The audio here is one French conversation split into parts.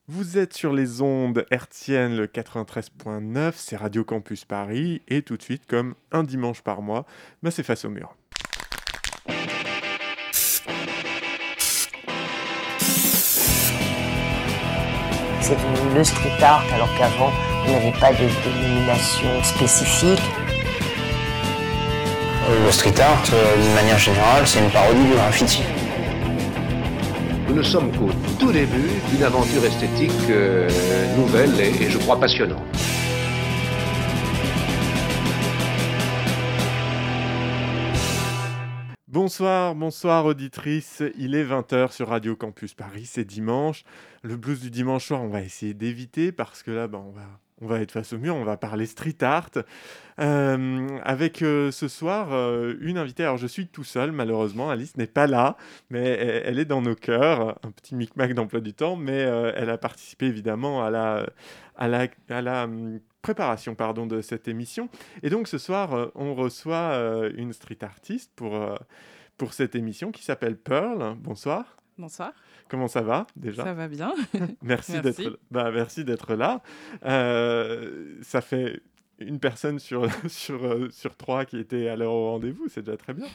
Vous êtes sur les ondes hertziennes, le 93.9, c'est Radio Campus Paris, et tout de suite, comme un dimanche par mois, c'est Face au mur. C'est devenu le street art alors qu'avant il n'y avait pas de dénomination spécifique. Le street art, d'une manière générale, c'est une parodie du graffiti. Nous ne sommes qu'au tout début d'une aventure esthétique nouvelle et je crois passionnante. Bonsoir auditrice, il est 20h sur Radio Campus Paris, c'est dimanche. Le blues du dimanche soir, on va essayer d'éviter parce que là, on va être face au mur, on va parler street art. Avec ce soir une invitée. Alors je suis tout seul, malheureusement, Alice n'est pas là, mais elle est dans nos cœurs, un petit micmac d'emploi du temps, mais elle a participé évidemment à la préparation de cette émission. Et donc ce soir, on reçoit une street artiste pour cette émission qui s'appelle Pearl. Bonsoir. Bonsoir. Comment ça va déjà ? Ça va bien. Merci d'être là. Ça fait une personne sur trois qui était à l'heure au rendez-vous, c'est déjà très bien.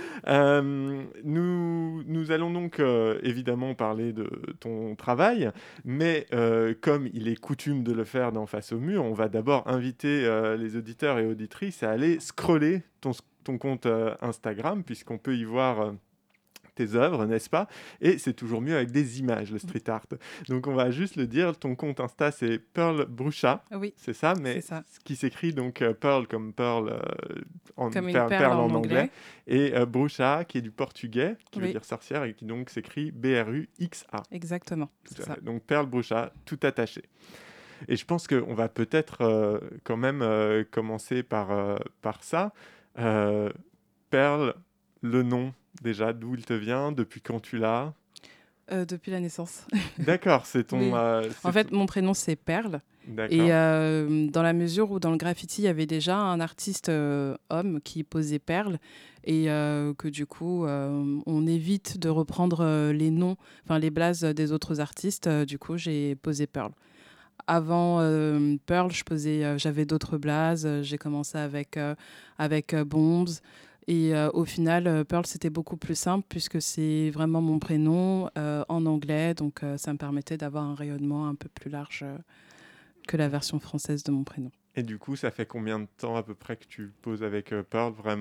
Nous allons donc évidemment parler de ton travail, mais comme il est coutume de le faire dans Face au mur, on va d'abord inviter les auditeurs et auditrices à aller scroller ton compte Instagram, puisqu'on peut y voir tes œuvres, n'est-ce pas ? Et c'est toujours mieux avec des images, le street art. Donc on va juste le dire, ton compte Insta c'est Pearl Brucha, oui, c'est ça, mais c'est ça. Ce qui s'écrit donc Pearl comme Pearl comme une perle en anglais, et Brucha qui est du portugais, qui veut oui. dire sorcière, et qui donc s'écrit B-R-U-X-A. Exactement, c'est ça. Donc Pearl Brucha, tout attaché. Et je pense qu'on va peut-être quand même commencer par ça. Pearl, le nom, déjà, d'où il te vient, depuis quand tu l'as ? Depuis la naissance. D'accord, c'est ton... Oui. En fait, mon prénom, c'est Perle. D'accord. Et dans la mesure où dans le graffiti, il y avait déjà un artiste homme qui posait Perle, et que du coup, on évite de reprendre les noms, enfin les blazes des autres artistes. Du coup, j'ai posé Pearl. Avant Pearl, j'avais d'autres blazes. J'ai commencé avec Bombs. Et au final, Pearl, c'était beaucoup plus simple puisque c'est vraiment mon prénom en anglais. Donc, ça me permettait d'avoir un rayonnement un peu plus large que la version française de mon prénom. Et du coup, ça fait combien de temps à peu près que tu poses avec Pearl, vraiment ?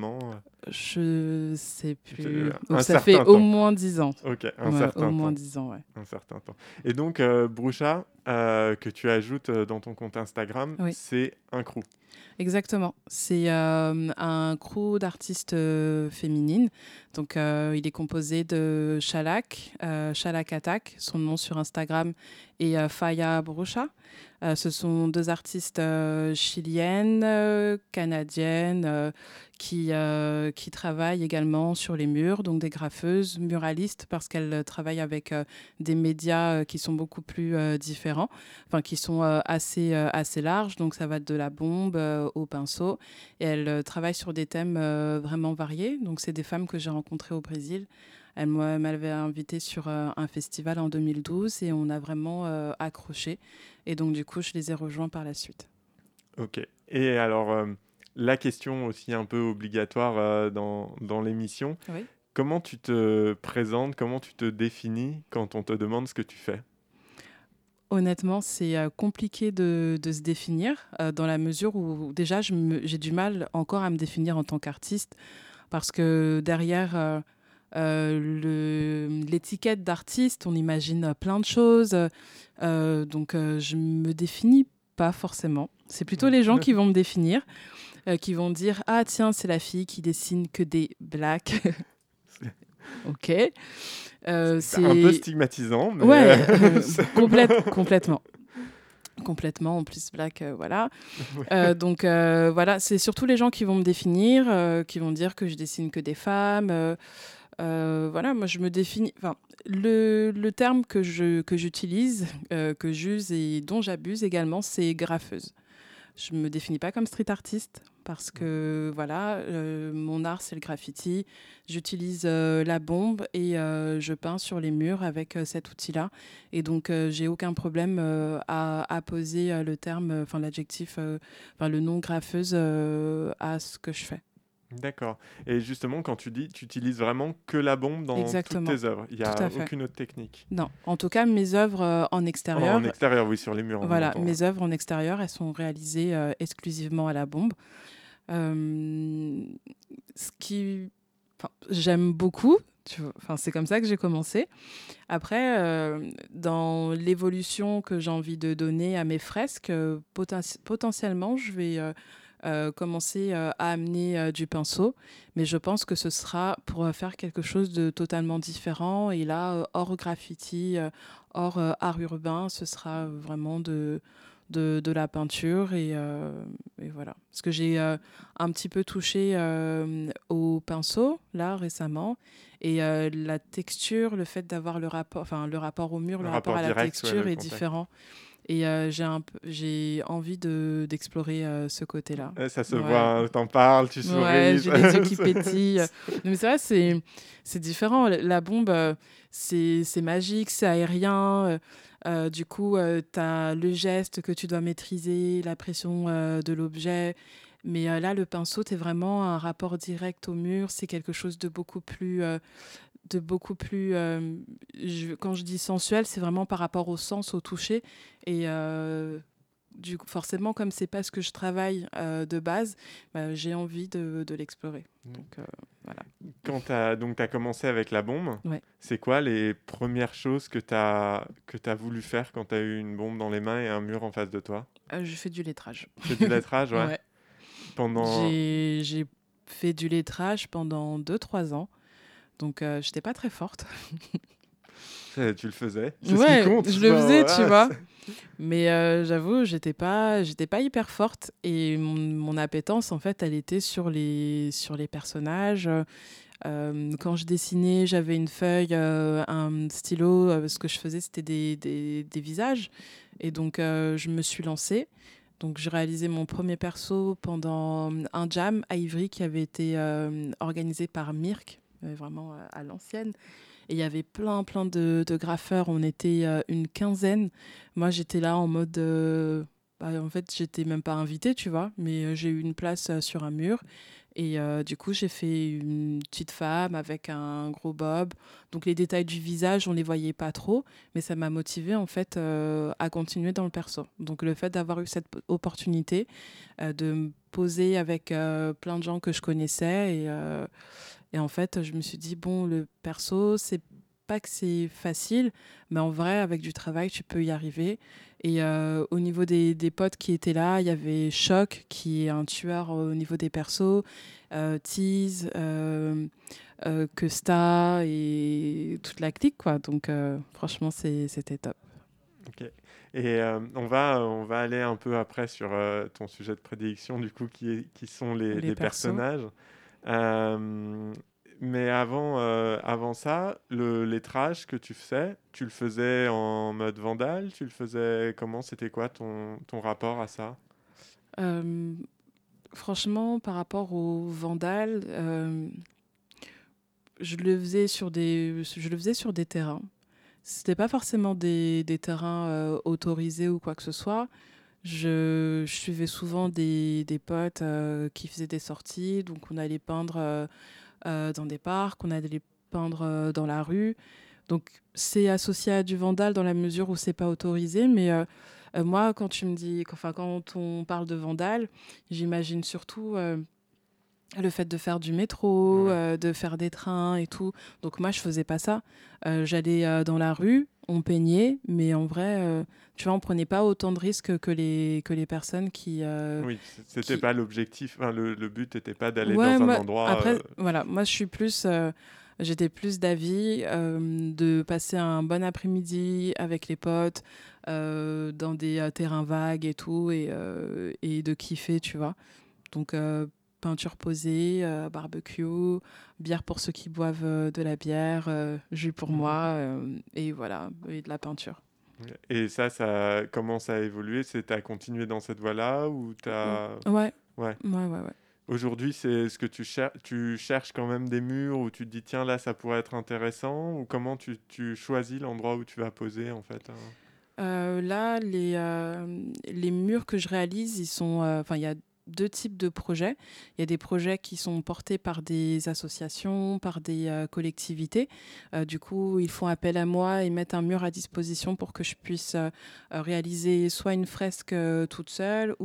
Je sais plus. Un ça fait certain au temps. moins 10 ans. Ok, Au moins 10 ans, ouais. Un certain temps. Et donc, Brucha, que tu ajoutes dans ton compte Instagram, oui. C'est un crew. Exactement. C'est un crew d'artistes féminines. Donc, il est composé de Shalak Attack, son nom sur Instagram, et Faya Brucha. Ce sont deux artistes chiliennes, canadiennes, qui travaillent également sur les murs, donc des graffeuses, muralistes, parce qu'elles travaillent avec des médias qui sont beaucoup plus différents, enfin qui sont assez larges, donc ça va de la bombe au pinceau, et elles travaillent sur des thèmes vraiment variés. Donc c'est des femmes que j'ai rencontrées au Brésil. Elle m'avait invitée sur un festival en 2012 et on a vraiment accroché. Et donc, du coup, je les ai rejoints par la suite. Ok. Et alors, la question aussi un peu obligatoire dans l'émission. Oui. Comment tu te présentes, comment tu te définis quand on te demande ce que tu fais ? Honnêtement, c'est compliqué de se définir dans la mesure où déjà, j'ai du mal encore à me définir en tant qu'artiste parce que derrière... l'étiquette d'artiste, on imagine plein de choses. Donc, je me définis pas forcément. C'est plutôt les gens qui vont me définir, qui vont dire « Ah tiens, c'est la fille qui dessine que des blacks. » Ok. C'est un peu stigmatisant. Mais ouais, complètement. Complètement, en plus black, voilà. Donc voilà, c'est surtout les gens qui vont me définir, qui vont dire que je dessine que des femmes. Voilà, moi je me définis. Enfin, le terme que j'utilise, que j'use et dont j'abuse également, c'est graffeuse. Je me définis pas comme street artiste parce que voilà, mon art c'est le graffiti. J'utilise la bombe et je peins sur les murs avec cet outil-là. Et donc j'ai aucun problème à poser le terme, enfin l'adjectif, enfin le nom graffeuse à ce que je fais. D'accord. Et justement, quand tu dis, tu utilises vraiment que la bombe dans toutes Exactement, tes œuvres. Il n'y tout a à fait. aucune autre technique. Non, en tout cas mes œuvres en extérieur. En extérieur, oui, sur les murs, on Voilà, entend. mes œuvres en extérieur, elles sont réalisées exclusivement à la bombe. Ce qui, enfin, j'aime beaucoup. Enfin, c'est comme ça que j'ai commencé. Après, dans l'évolution que j'ai envie de donner à mes fresques, potentiellement, je vais commencer à amener du pinceau. Mais je pense que ce sera pour faire quelque chose de totalement différent. Et là, hors graffiti, hors art urbain, ce sera vraiment de la peinture et voilà. Parce que j'ai un petit peu touché au pinceau là récemment et la texture, le fait d'avoir le rapport au mur, le rapport à la direct, texture le est contact. différent. Et j'ai envie d'explorer ce côté-là. Ça se Ouais. voit, t'en parles, tu souris. Ouais, j'ai les yeux qui pétillent. Mais c'est vrai, c'est différent. La bombe, c'est magique, c'est aérien. Du coup, tu as le geste que tu dois maîtriser, la pression de l'objet. Mais là, le pinceau, tu es vraiment un rapport direct au mur. C'est quelque chose de beaucoup plus... quand je dis sensuel, c'est vraiment par rapport au sens, au toucher. Et du coup, forcément, comme c'est pas ce que je travaille de base, j'ai envie de l'explorer. Donc voilà. Quand tu as commencé avec la bombe, Ouais. c'est quoi les premières choses que tu as voulu faire quand tu as eu une bombe dans les mains et un mur en face de toi? Je fais du lettrage. C'est du lettrage, ouais. Ouais. Pendant... J'ai fait du lettrage pendant 2-3 ans. Donc, j'étais pas très forte. Tu le faisais? C'est Ouais, ce qui compte. je le Enfin, faisais, voilà, tu vois. Mais j'avoue, j'étais pas hyper forte. Et mon appétence, en fait, elle était sur les personnages. Quand je dessinais, j'avais une feuille, un stylo. Ce que je faisais, c'était des visages. Et donc, je me suis lancée. Donc, j'ai réalisé mon premier perso pendant un jam à Ivry qui avait été organisé par Mirk, vraiment à l'ancienne. Et il y avait plein de graffeurs. On était une quinzaine. Moi, j'étais là en mode... en fait, j'étais même pas invitée, tu vois. Mais j'ai eu une place sur un mur. Et du coup, j'ai fait une petite femme avec un gros bob. Donc, les détails du visage, on les voyait pas trop. Mais ça m'a motivée, en fait, à continuer dans le perso. Donc, le fait d'avoir eu cette opportunité de me poser avec plein de gens que je connaissais. Et en fait, je me suis dit, bon, le perso, c'est pas que c'est facile, mais en vrai, avec du travail, tu peux y arriver. Et au niveau des potes qui étaient là, il y avait Choc, qui est un tueur au niveau des persos, Tease, Custa et toute la clique, quoi. Donc, franchement, c'était top. Ok. Et on va aller un peu après sur ton sujet de prédilection, du coup, qui sont les personnages. Mais avant ça, le lettrage que tu le faisais en mode vandale? Tu le faisais comment? C'était quoi ton rapport à ça? Franchement, par rapport au vandal, je le faisais sur des terrains. C'était pas forcément des terrains autorisés ou quoi que ce soit. Je suivais souvent des potes qui faisaient des sorties. Donc, on allait peindre dans des parcs, on allait peindre dans la rue. Donc, c'est associé à du vandal dans la mesure où c'est pas autorisé. Mais moi, quand on parle de vandal, j'imagine surtout le fait de faire du métro, de faire des trains et tout. Donc moi, je faisais pas ça. J'allais dans la rue, on peignait, mais en vrai, tu vois, on prenait pas autant de risques que les personnes qui... Oui, c'était pas l'objectif. Enfin, le but n'était pas d'aller Ouais, dans un endroit... Après, voilà, moi, j'étais plus d'avis de passer un bon après-midi avec les potes dans des terrains vagues et tout, et de kiffer, tu vois. Donc, peinture posée, barbecue, bière pour ceux qui boivent de la bière, jus pour moi, et voilà, et de la peinture. Et ça comment ça a évolué? Tu as continué dans cette voie-là ou tu as... Ouais, Ouais. ouais, ouais, ouais. Aujourd'hui, c'est ce que tu cherches quand même des murs où tu te dis: «Tiens, là, ça pourrait être intéressant» ou comment tu choisis l'endroit où tu vas poser, en fait, hein? Là, les murs que je réalise, ils sont, enfin, il y a 2 types de projets. Il y a des projets qui sont portés par des associations, par des, collectivités. Du coup, ils font appel à moi et mettent un mur à disposition pour que je puisse, réaliser soit une fresque, toute seule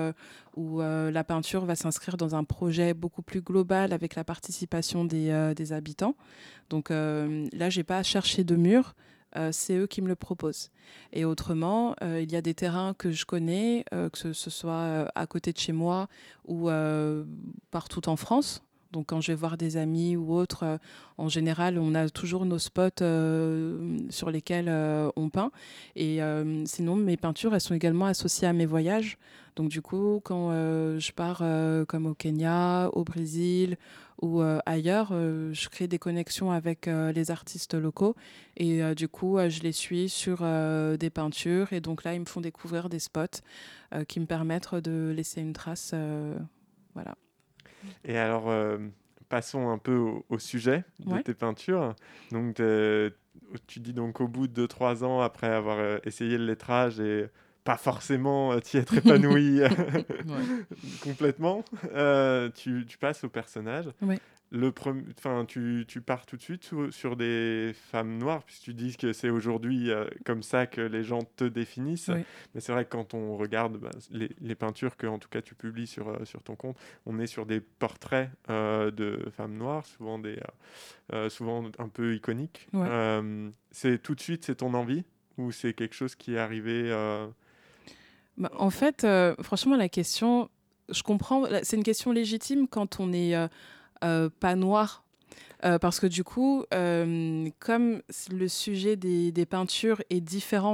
ou la peinture va s'inscrire dans un projet beaucoup plus global avec la participation des habitants. Donc, là, j'ai pas à chercher de mur, c'est eux qui me le proposent. Et autrement, il y a des terrains que je connais, que ce soit à côté de chez moi ou partout en France. Donc quand je vais voir des amis ou autres, en général, on a toujours nos spots sur lesquels on peint. Et sinon, mes peintures, elles sont également associées à mes voyages. Donc du coup, quand je pars comme au Kenya, au Brésil ou ailleurs, je crée des connexions avec les artistes locaux et du coup, je les suis sur des peintures. Et donc là, ils me font découvrir des spots qui me permettent de laisser une trace. Voilà. Et alors, passons un peu au sujet de Ouais. tes peintures. Donc, tu dis donc au bout de 2-3 ans, après avoir essayé le lettrage et pas forcément t'y être épanoui Ouais. complètement, tu passes au personnage. Ouais. Enfin, tu pars tout de suite sur des femmes noires, puisque tu dis que c'est aujourd'hui comme ça que les gens te définissent. Ouais. Mais c'est vrai que quand on regarde les peintures que, en tout cas, tu publies sur ton compte, on est sur des portraits de femmes noires, souvent un peu iconiques. Ouais. C'est tout de suite, c'est ton envie ou c'est quelque chose qui est arrivé Bah, en fait, franchement, la question, je comprends, c'est une question légitime quand on est pas noir. Parce que du coup, comme le sujet des peintures est différent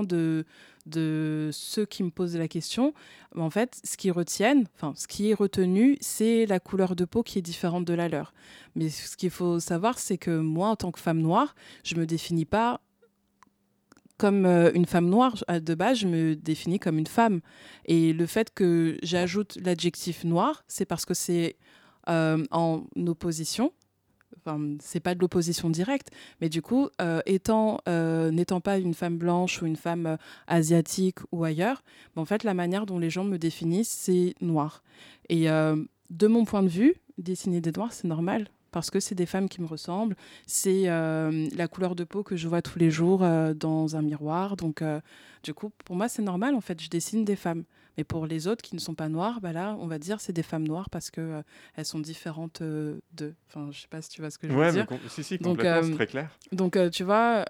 de ceux qui me posent la question, en fait, ce qui est retenu, c'est la couleur de peau qui est différente de la leur. Mais ce qu'il faut savoir, c'est que moi, en tant que femme noire, je me définis pas comme une femme noire. De base, je me définis comme une femme. Et le fait que j'ajoute l'adjectif noir, c'est parce que c'est en opposition. Enfin, c'est pas de l'opposition directe, mais du coup, n'étant pas une femme blanche ou une femme asiatique ou ailleurs, en fait, la manière dont les gens me définissent, c'est noir. Et de mon point de vue, dessiner des noirs, c'est normal. Parce que c'est des femmes qui me ressemblent, c'est la couleur de peau que je vois tous les jours dans un miroir. Donc, du coup, pour moi, c'est normal. En fait, je dessine des femmes. Mais pour les autres qui ne sont pas noires, bah là, on va dire c'est des femmes noires parce que elles sont différentes d'eux. Enfin, je sais pas si tu vois ce que je veux Ouais, dire. si, Donc, complètement, c'est très clair. Donc, tu vois,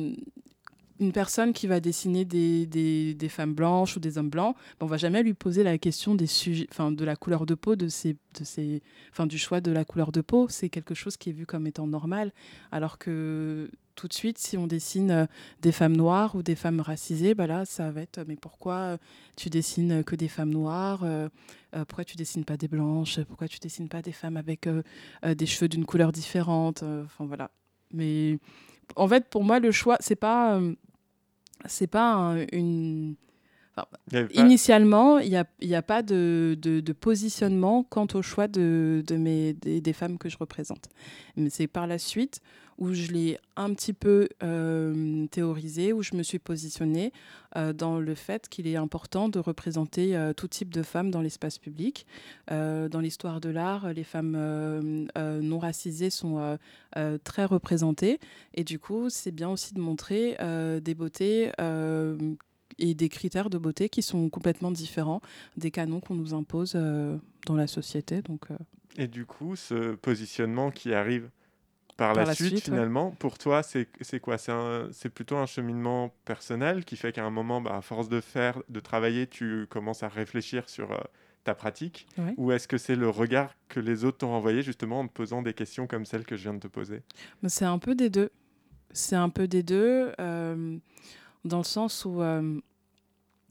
une personne qui va dessiner des femmes blanches ou des hommes blancs, ben, on va jamais lui poser la question des sujets, de la couleur de peau, du choix de la couleur de peau. C'est quelque chose qui est vu comme étant normal. Alors que tout de suite, si on dessine des femmes noires ou des femmes racisées, ben là, ça va être mais pourquoi tu dessines que des femmes noires pourquoi tu dessines pas des blanches? Pourquoi tu dessines pas des femmes avec des cheveux d'une couleur différente? Enfin, voilà. Mais en fait, pour moi, le choix, c'est pas une... Enfin, Il y avait pas... initialement, il n'y a pas de positionnement quant au choix des femmes que je représente. Mais c'est par la suite où je l'ai un petit peu théorisé, où je me suis positionnée dans le fait qu'il est important de représenter tout type de femmes dans l'espace public. Dans l'histoire de l'art, les femmes non racisées sont très représentées. Et du coup, c'est bien aussi de montrer des beautés et des critères de beauté qui sont complètement différents des canons qu'on nous impose dans la société. Donc, Et du coup, ce positionnement qui arrive par par la la suite, suite, ouais. finalement, pour toi, c'est quoi? C'est plutôt un cheminement personnel qui fait qu'à un moment, à force de travailler, tu commences à réfléchir sur ta pratique? Ouais. Ou est-ce que c'est le regard que les autres t'ont envoyé justement en te posant des questions comme celles que je viens de te poser? Mais c'est un peu des deux. C'est un peu des deux, dans le sens où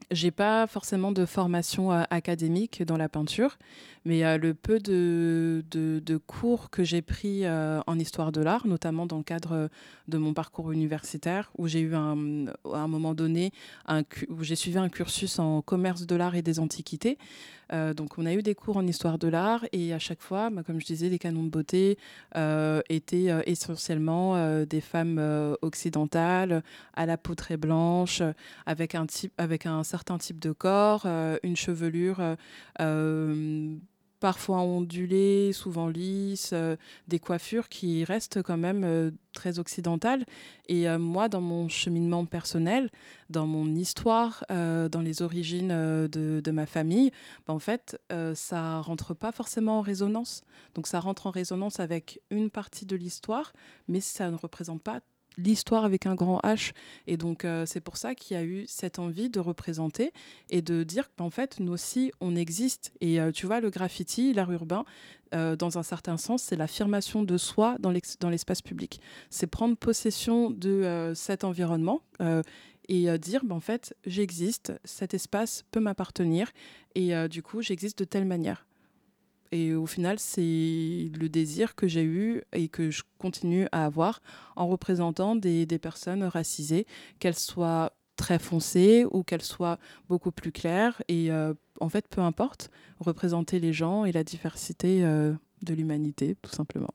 J'ai pas forcément de formation académique dans la peinture, mais le peu de cours que j'ai pris en histoire de l'art, notamment dans le cadre de mon parcours universitaire, où j'ai eu à un moment donné, où j'ai suivi un cursus en commerce de l'art et des antiquités. Donc on a eu des cours en histoire de l'art et à chaque fois, comme je disais, les canons de beauté étaient essentiellement des femmes occidentales, à la peau très blanche, avec un certain type de corps, une chevelure parfois ondulée, souvent lisse, des coiffures qui restent quand même très occidentales. Et moi, dans mon cheminement personnel, dans mon histoire, dans les origines de ma famille, en fait, ça rentre pas forcément en résonance. Donc ça rentre en résonance avec une partie de l'histoire, mais ça ne représente pas l'histoire avec un grand H. Et donc, c'est pour ça qu'il y a eu cette envie de représenter et de dire qu'en fait, nous aussi, on existe. Et tu vois, le graffiti, l'art urbain, dans un certain sens, c'est l'affirmation de soi dans l'espace public. C'est prendre possession de cet environnement et dire, en fait, j'existe, cet espace peut m'appartenir et du coup, j'existe de telle manière. Et au final, c'est le désir que j'ai eu et que je continue à avoir en représentant des personnes racisées, qu'elles soient très foncées ou qu'elles soient beaucoup plus claires. Et en fait, peu importe, représenter les gens et la diversité de l'humanité, tout simplement.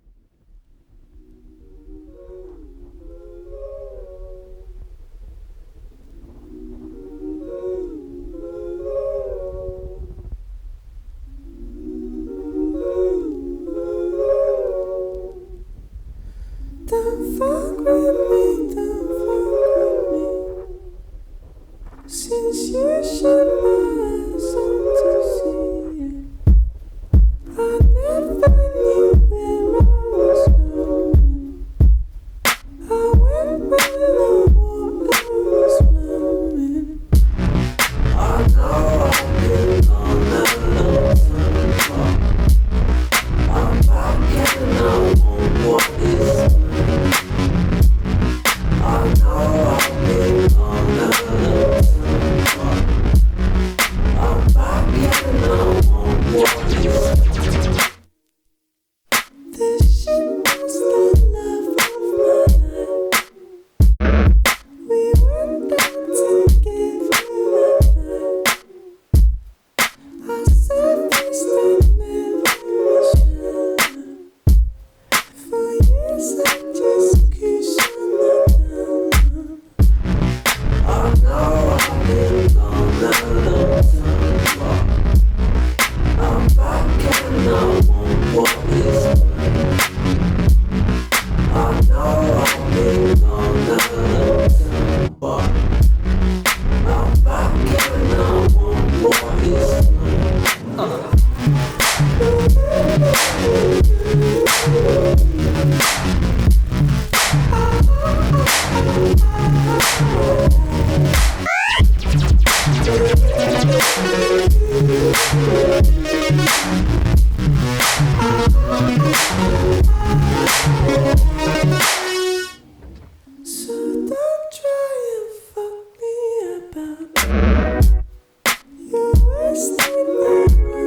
Don't fuck with me, don't fuck with me. Since you shut my eyes on to see it, I never knew where I was going. I went where the water was flowing. I know I've been on a long time. I'm back and I want what is. I know I've been on a long time. I'm back and I want what is. This shit was the love of my life. We went down together that night. I surfaced and never shine. For years I just kissed you down. I know I've been on a long time. I'm back and I want what is mine. I know I've been on a long time, but I'm back and I want what is mine. So don't try and fuck me about. You're wasting my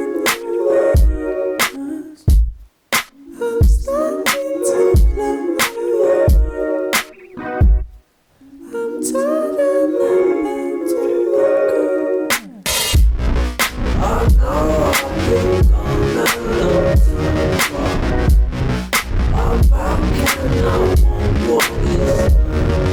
money. I'm starting to blow you. I'm tired and I'm about to go. I know I've been on a long time. I'm back and I want what is mine.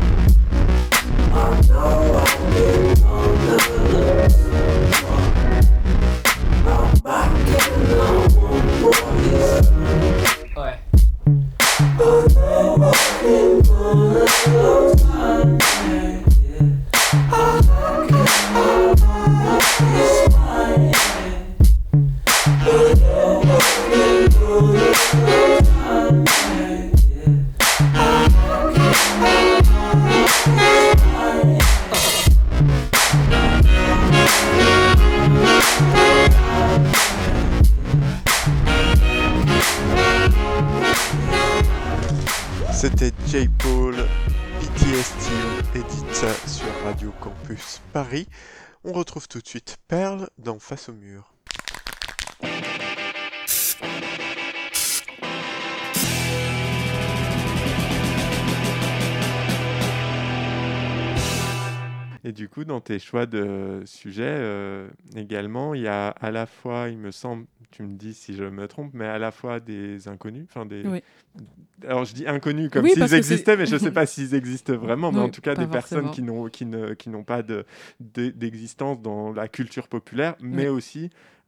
I know I've been on a long time. I'm back and I want what is mine. Ouais. I know I've been on a long time. I'm back and I want what is mine. I know I've been on a long time. C'était J. Paul, PTSD, édite sur Radio Campus Paris. On retrouve tout de suite Perle dans Face au mur. Et du coup, dans tes choix de sujets, également, il y a à la fois, il me semble, tu me dis si je me trompe, mais à la fois des inconnus, enfin des... Oui. Alors je dis inconnus comme Oui, s'ils parce que existaient, mais je ne sais pas s'ils existent vraiment, mais Oui, en tout cas pas des personnes forcément. qui n'ont pas d'existence dans la culture populaire, mais Oui. aussi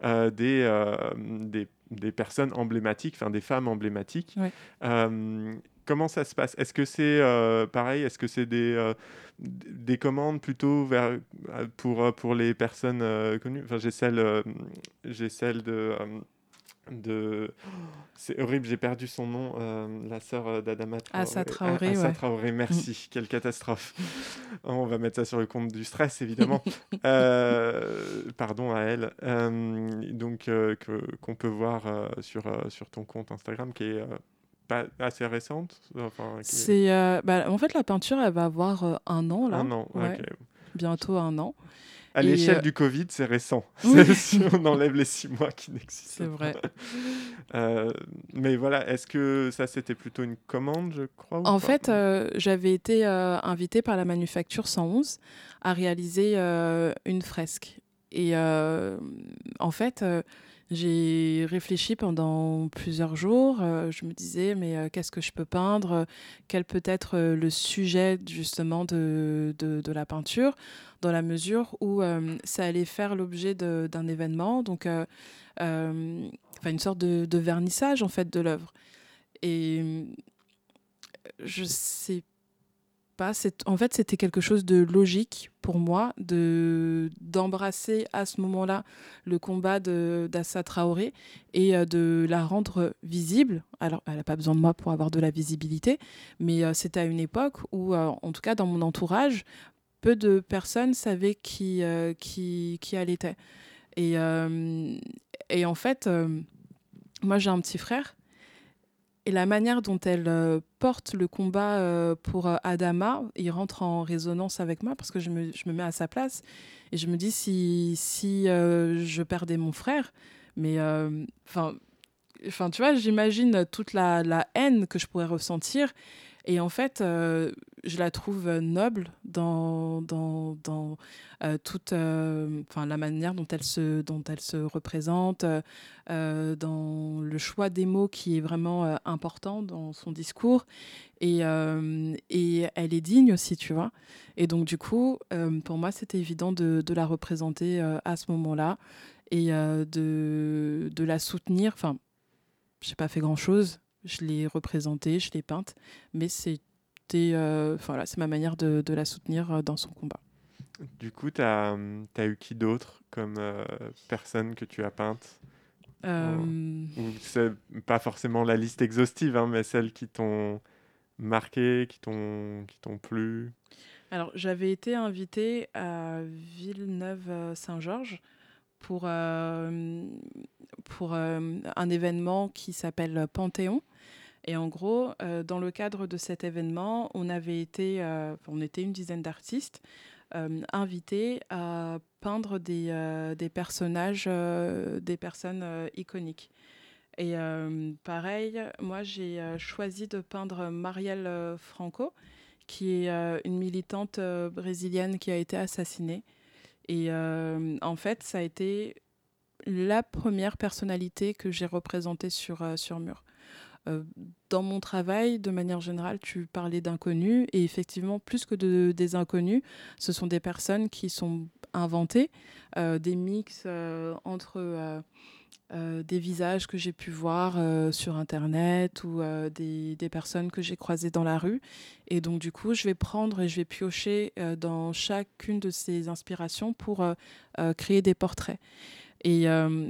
des personnes emblématiques, enfin des femmes emblématiques. Oui. Comment ça se passe? Est-ce que c'est pareil? Est-ce que c'est des commandes plutôt pour les personnes connues? Enfin, j'ai celle de... C'est horrible, j'ai perdu son nom, la sœur d'Adama Assa Traoré. Traoré, Assa ouais. Traoré, merci, quelle catastrophe. On va mettre ça sur le compte du stress, évidemment. Pardon à elle. Qu'on peut voir sur ton compte Instagram, qui est pas assez récente. Enfin, En fait, la peinture, elle va avoir 1 an, là. un an, Ouais, ok. bientôt 1 an. À Et l'échelle du Covid, c'est récent. oui. Si on enlève les 6 mois qui n'existent C'est vrai. pas. Mais voilà, est-ce que ça, c'était plutôt une commande, je crois, ou En pas? fait, j'avais été invitée par la Manufacture 111 à réaliser une fresque. Et en fait, j'ai réfléchi pendant plusieurs jours. Je me disais, mais qu'est-ce que je peux peindre? Quel peut être le sujet justement de la peinture, dans la mesure où ça allait faire l'objet d'un événement, donc une sorte de vernissage en fait de l'œuvre. Et je sais pas, en fait, c'était quelque chose de logique pour moi d'embrasser à ce moment-là le combat d'Assa Traoré et de la rendre visible. Alors, elle n'a pas besoin de moi pour avoir de la visibilité, mais c'était à une époque où, en tout cas dans mon entourage, peu de personnes savaient qui elle était. Et, et en fait, moi j'ai un petit frère. Et la manière dont elle porte le combat pour Adama, il rentre en résonance avec moi parce que je me mets à sa place et je me dis si je perdais mon frère, mais tu vois, j'imagine toute la haine que je pourrais ressentir. Et en fait, je la trouve noble dans toute la manière dont elle se représente, dans le choix des mots qui est vraiment important dans son discours. Et elle est digne aussi, tu vois. Et donc, du coup, pour moi, c'était évident de la représenter à ce moment-là et de la soutenir. Enfin, je n'ai pas fait grand-chose. Je l'ai représentée, je l'ai peinte, mais c'est ma manière de la soutenir dans son combat. Du coup, tu as eu qui d'autre comme personne que tu as peinte? Ou c'est pas forcément la liste exhaustive, hein, mais celles qui t'ont marqué, qui t'ont plu? Alors, j'avais été invitée à Villeneuve-Saint-Georges pour un événement qui s'appelle Panthéon. Et en gros, dans le cadre de cet événement, on était une dizaine d'artistes invités à peindre des personnages, des personnes iconiques. Et pareil, moi, j'ai choisi de peindre Marielle Franco, qui est une militante brésilienne qui a été assassinée. Et en fait, ça a été la première personnalité que j'ai représentée sur mur. Dans mon travail, de manière générale, tu parlais d'inconnus. Et effectivement, plus que des inconnus, ce sont des personnes qui sont inventées, des mix entre des visages que j'ai pu voir sur Internet ou des personnes que j'ai croisées dans la rue. Et donc, du coup, je vais prendre et je vais piocher dans chacune de ces inspirations pour créer des portraits. Et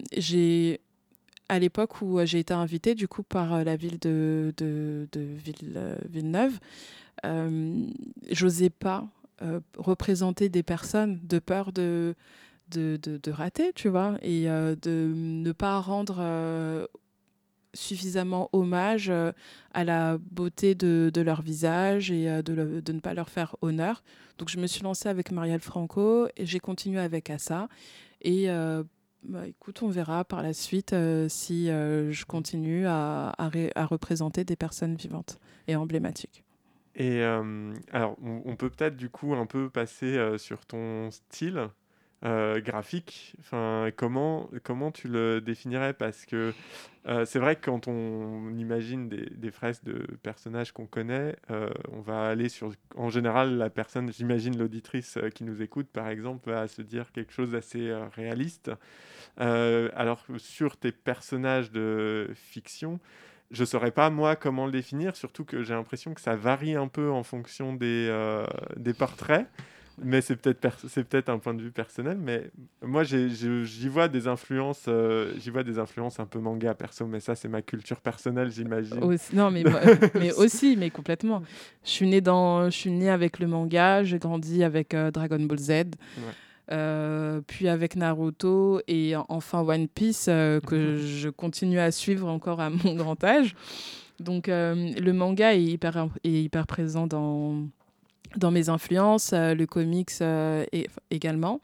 à l'époque où j'ai été invitée du coup par la ville de Villeneuve, j'osais pas représenter des personnes de peur de rater, tu vois, et de ne pas rendre suffisamment hommage à la beauté de leur visage et de ne pas leur faire honneur. Donc je me suis lancée avec Marielle Franco et j'ai continué avec Assa. Et écoute, on verra par la suite si je continue à représenter des personnes vivantes et emblématiques. Et alors, on peut peut-être du coup un peu passer sur ton style graphique. Enfin, comment tu le définirais? Parce que c'est vrai que quand on imagine des fresques de personnages qu'on connaît, on va aller sur... En général, la personne, j'imagine l'auditrice qui nous écoute, par exemple, va se dire quelque chose d'assez réaliste. Alors, sur tes personnages de fiction, je ne saurais pas, moi, comment le définir, surtout que j'ai l'impression que ça varie un peu en fonction des portraits. Mais c'est peut-être un point de vue personnel, mais moi j'y vois des influences, un peu manga perso, mais ça c'est ma culture personnelle, j'imagine. Non, mais aussi, mais complètement. Je suis née avec le manga, j'ai grandi avec Dragon Ball Z. Ouais. Puis avec Naruto et enfin One Piece que je continue à suivre encore à mon grand âge. Donc le manga est hyper présent dans mes influences, le comics également.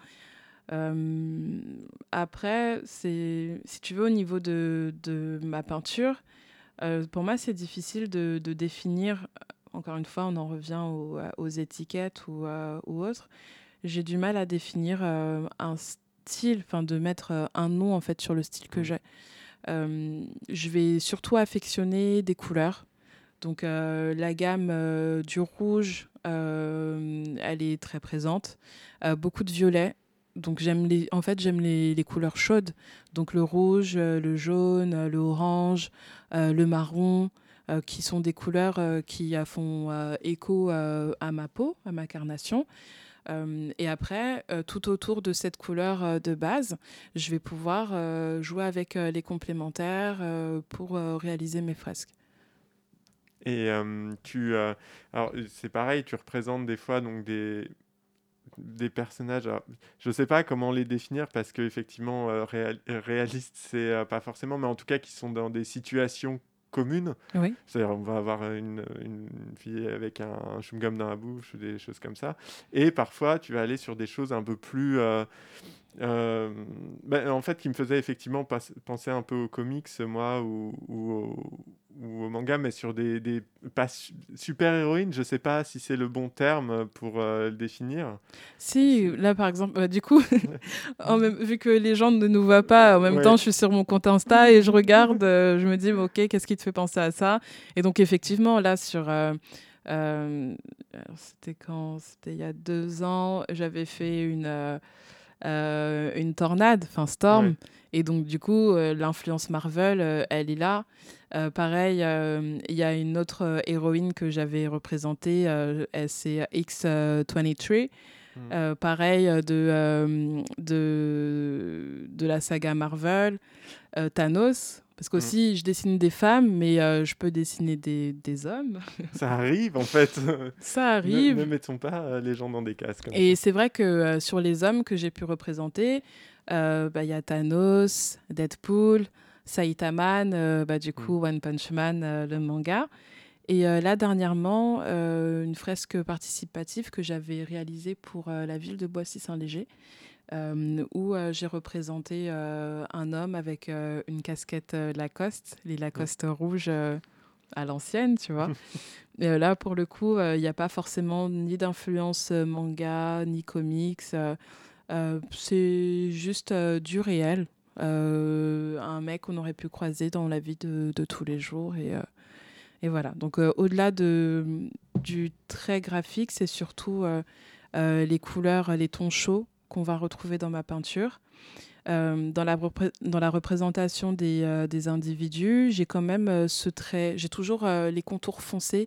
Après, si tu veux, au niveau de ma peinture, pour moi, c'est difficile de définir. Encore une fois, on en revient aux étiquettes ou autres. J'ai du mal à définir un style, enfin de mettre un nom en fait sur le style que j'ai. Je vais surtout affectionner des couleurs. Donc la gamme du rouge, elle est très présente. Beaucoup de violet. Donc j'aime les couleurs chaudes. Donc le rouge, le jaune, le orange, le marron, qui sont des couleurs qui font écho à ma peau, à ma carnation. Et après, tout autour de cette couleur de base, je vais pouvoir jouer avec les complémentaires pour réaliser mes fresques. Et alors c'est pareil, tu représentes des fois donc des personnages. Alors, je ne sais pas comment les définir parce qu'effectivement, réaliste, c'est pas forcément, mais en tout cas qui sont dans des situations communes. Oui. C'est-à-dire, on va avoir une fille avec un chewing-gum dans la bouche ou des choses comme ça. Et parfois, tu vas aller sur des choses un peu plus... en fait, qui me faisait effectivement penser un peu aux comics, moi, ou au manga, mais sur des pas super-héroïnes, je sais pas si c'est le bon terme pour le définir. Si, là par exemple, du coup, vu que les gens ne nous voient pas, en même temps, je suis sur mon compte Insta et je regarde, je me dis, ok, qu'est-ce qui te fait penser à ça? Et donc, effectivement, là, c'était quand? C'était il y a 2 ans, j'avais fait une tornade, enfin Storm. Ouais. Et donc, du coup, l'influence Marvel, elle est là. Pareil, il y a une autre héroïne que j'avais représentée, c'est X-23. Pareil, de la saga Marvel, Thanos. Parce qu'aussi, je dessine des femmes, mais je peux dessiner des hommes. Ça arrive, en fait. Ça arrive. Ne mettons pas les gens dans des cases comme Et ça. c'est vrai que sur les hommes que j'ai pu représenter, y a Thanos, Deadpool, Saitama, du coup, One Punch Man, le manga. Et là, dernièrement, une fresque participative que j'avais réalisée pour la ville de Boissy-Saint-Léger, où j'ai représenté un homme avec une casquette Lacoste, les Lacoste rouges à l'ancienne, tu vois. Et là, pour le coup, il n'y a pas forcément ni d'influence manga, ni comics. C'est juste du réel. Un mec qu'on aurait pu croiser dans la vie de tous les jours. Et voilà. Donc, au-delà du trait graphique, c'est surtout les couleurs, les tons chauds qu'on va retrouver dans ma peinture. Dans la représentation des individus, j'ai quand même ce trait. J'ai toujours les contours foncés,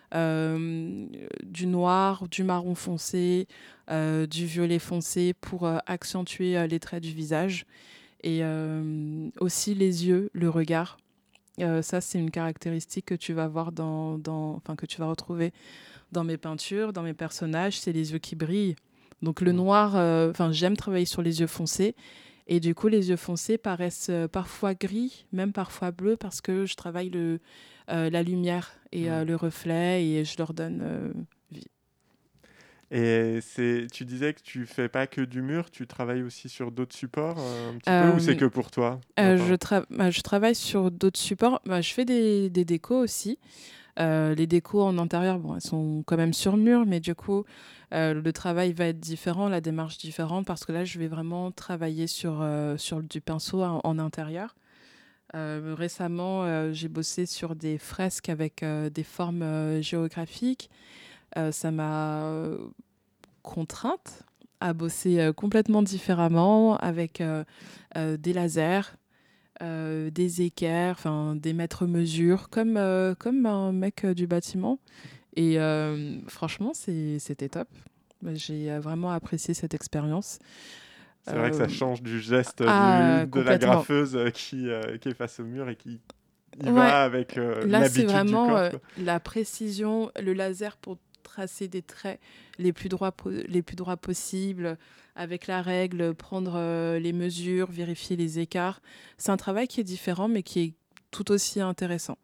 du noir, du marron foncé, du violet foncé pour accentuer les traits du visage. Et aussi les yeux, le regard. Ça, c'est une caractéristique que tu vas voir que tu vas retrouver dans mes peintures, dans mes personnages. C'est les yeux qui brillent. Donc le noir, j'aime travailler sur les yeux foncés. Et du coup, les yeux foncés paraissent parfois gris, même parfois bleus, parce que je travaille la lumière et le reflet et je leur donne vie. Et tu disais que tu fais pas que du mur, tu travailles aussi sur d'autres supports un petit peu, ou c'est Euh, que pour toi? je travaille sur d'autres supports. Je fais des décos aussi. Les décos en intérieur, bon, elles sont quand même sur mur, mais du coup, le travail va être différent, la démarche différente, parce que là, je vais vraiment travailler sur du pinceau en intérieur. Récemment, j'ai bossé sur des fresques avec des formes géographiques. Ça m'a contrainte à bosser complètement différemment avec des lasers, des équerres, enfin des mètres-mesures, comme un mec du bâtiment. Et franchement, c'était top. J'ai vraiment apprécié cette expérience. C'est vrai que ça change du geste de la Complètement. graffeuse qui est face au mur et qui y Ouais, va avec là, c'est l'habitude du vraiment corps, quoi. la précision, le laser pour tracer des traits les plus droits possibles, avec la règle, prendre les mesures, vérifier les écarts. C'est un travail qui est différent, mais qui est tout aussi intéressant.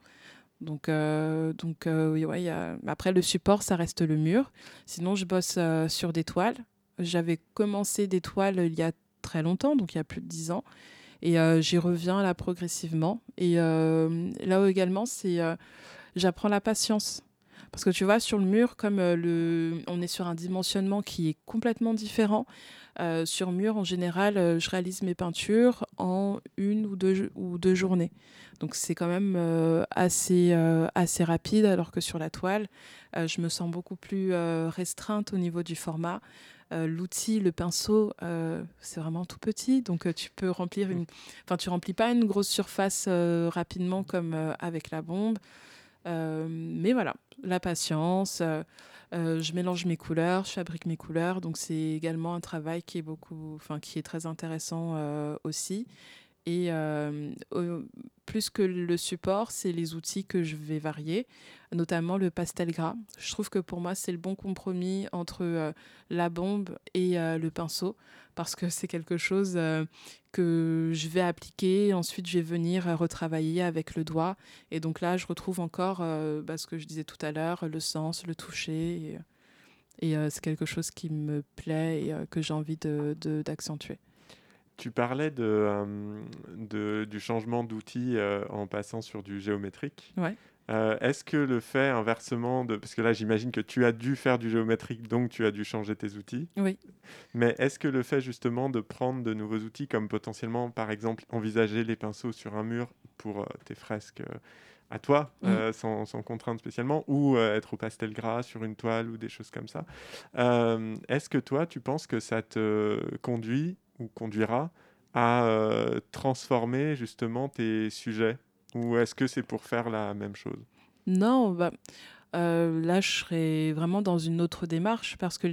Oui, ouais, après, le support, ça reste le mur. Sinon, je bosse sur des toiles. J'avais commencé des toiles il y a très longtemps, donc il y a plus de 10 ans. Et j'y reviens là progressivement. Et là également, j'apprends la patience. Parce que tu vois, sur le mur, comme on est sur un dimensionnement qui est complètement différent, sur mur, en général, je réalise mes peintures en 1 ou 2 journées. Donc c'est quand même assez rapide, alors que sur la toile, je me sens beaucoup plus restreinte au niveau du format. L'outil, le pinceau, c'est vraiment tout petit, donc tu peux remplir tu remplis pas une grosse surface rapidement comme avec la bombe. Mais voilà, la patience, je mélange mes couleurs, je fabrique mes couleurs, donc c'est également un travail qui est très intéressant aussi. Et plus que le support, c'est les outils que je vais varier, notamment le pastel gras. Je trouve que pour moi, c'est le bon compromis entre la bombe et le pinceau, parce que c'est quelque chose que je vais appliquer. Ensuite, je vais venir retravailler avec le doigt. Et donc là, je retrouve encore ce que je disais tout à l'heure, le sens, le toucher. Et c'est quelque chose qui me plaît et que j'ai envie d'accentuer. Tu parlais du changement d'outil en passant sur du géométrique. Ouais. Est-ce que le fait inversement parce que là j'imagine que tu as dû faire du géométrique, donc tu as dû changer tes outils. Oui. Mais est-ce que le fait justement de prendre de nouveaux outils, comme potentiellement par exemple envisager les pinceaux sur un mur pour tes fresques à toi, sans contrainte spécialement, ou être au pastel gras sur une toile ou des choses comme ça, est-ce que toi tu penses que ça te conduit ou conduira à transformer justement tes sujets? Ou est-ce que c'est pour faire la même chose? Non, là, je serais vraiment dans une autre démarche parce que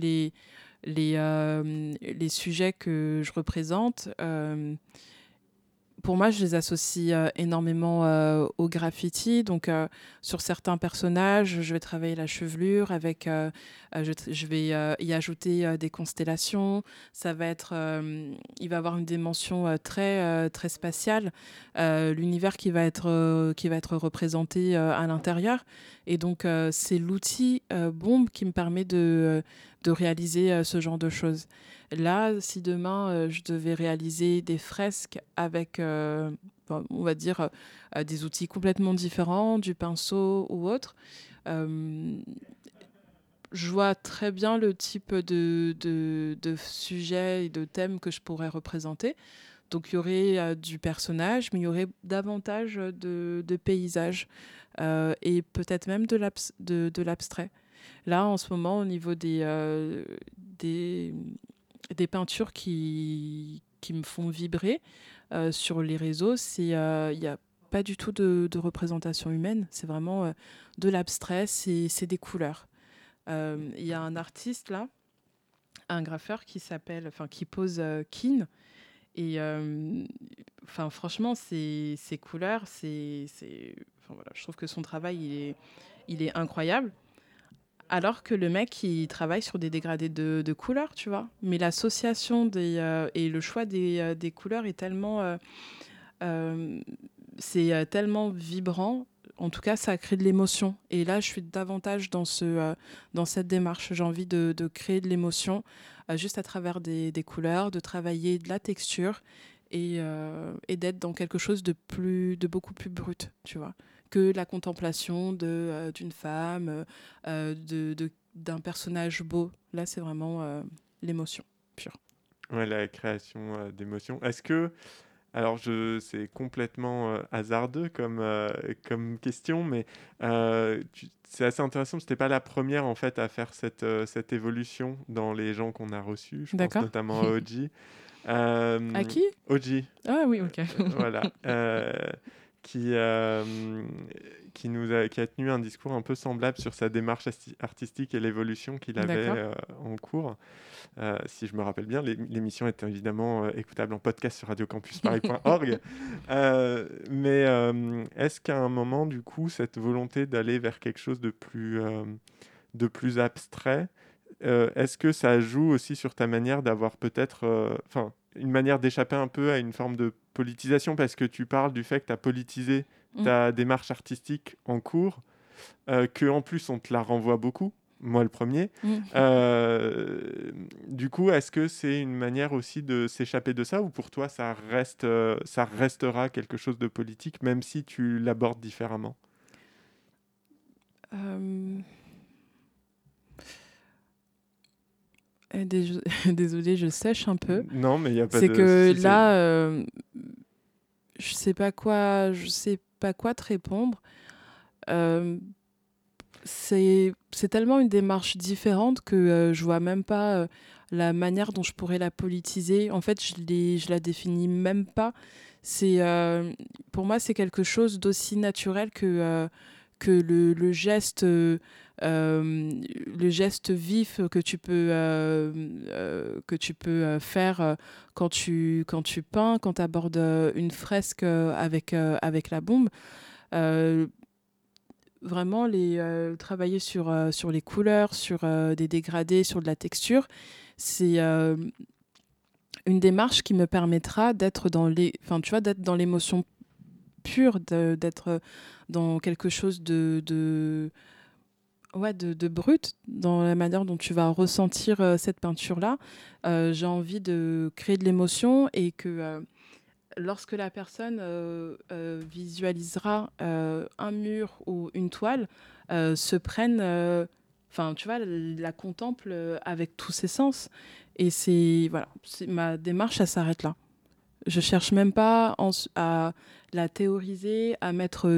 les sujets que je représente, pour moi, je les associe énormément au graffiti. Donc, sur certains personnages, je vais travailler la chevelure avec. Je vais y ajouter des constellations. Ça va être. Il va avoir une dimension très spatiale. L'univers qui va être représenté à l'intérieur. Et donc, c'est l'outil bombe qui me permet de réaliser ce genre de choses. Là, si demain, je devais réaliser des fresques avec, on va dire, des outils complètement différents, du pinceau ou autre, je vois très bien le type de sujet et de thème que je pourrais représenter. Donc, il y aurait du personnage, mais il y aurait davantage de paysages et peut-être même de l'abstrait. Là, en ce moment, au niveau des peintures qui me font vibrer sur les réseaux, il n'y a pas du tout de représentation humaine. C'est vraiment de l'abstrait, c'est des couleurs. Il y a un artiste là, un graffeur qui pose Keane. Et franchement, ces couleurs, voilà, je trouve que son travail, il est incroyable. Alors que le mec, il travaille sur des dégradés de couleurs, tu vois. Mais l'association et le choix des couleurs est euh, tellement vibrant. En tout cas, ça crée de l'émotion. Et là, je suis davantage dans cette démarche. J'ai envie de créer de l'émotion juste à travers des couleurs, de travailler de la texture et d'être dans quelque chose de beaucoup plus brut, tu vois, que la contemplation d'une femme, d'un personnage beau. Là, c'est vraiment l'émotion pure. Ouais, la création d'émotions. Est-ce que, alors c'est complètement hasardeux comme question, mais c'est assez intéressant. C'était pas la première en fait à faire cette évolution dans les gens qu'on a reçus. Je pense D'accord. notamment à Oji. À qui? Oji, Ah oui, ok. voilà, qui, qui a tenu un discours un peu semblable sur sa démarche artistique et l'évolution qu'il avait D'accord. en cours. Si je me rappelle bien, l'émission est évidemment écoutable en podcast sur radiocampusparis.org. Mais est-ce qu'à un moment, du coup, cette volonté d'aller vers quelque chose de plus abstrait, est-ce que ça joue aussi sur ta manière d'avoir peut-être, une manière d'échapper un peu à une forme de politisation, parce que tu parles du fait que tu as politisé ta démarche artistique en cours, qu'en plus on te la renvoie beaucoup, moi le premier. Du coup, est-ce que c'est une manière aussi de s'échapper de ça, ou pour toi ça restera quelque chose de politique, même si tu l'abordes différemment? Désolée, je sèche un peu. Non, mais il n'y a pas C'est de que souci, là, je sais pas quoi te répondre. Euh, c'est tellement une démarche différente que je vois même pas la manière dont je pourrais la politiser. En fait, je la définis même pas. Pour moi, c'est quelque chose d'aussi naturel que le geste vif que tu peux faire quand tu peins, quand tu abordes une fresque avec la bombe. Euh, Vraiment travailler sur les couleurs, sur des dégradés, sur de la texture, c'est une démarche qui me permettra d'être d'être dans l'émotion pure, d'être dans quelque chose de brut, dans la manière dont tu vas ressentir cette peinture-là. J'ai envie de créer de l'émotion et que lorsque la personne visualisera un mur ou une toile, se prenne, tu vois, la contemple avec tous ses sens. Et ma démarche, ça s'arrête là. Je cherche même pas à la théoriser, à mettre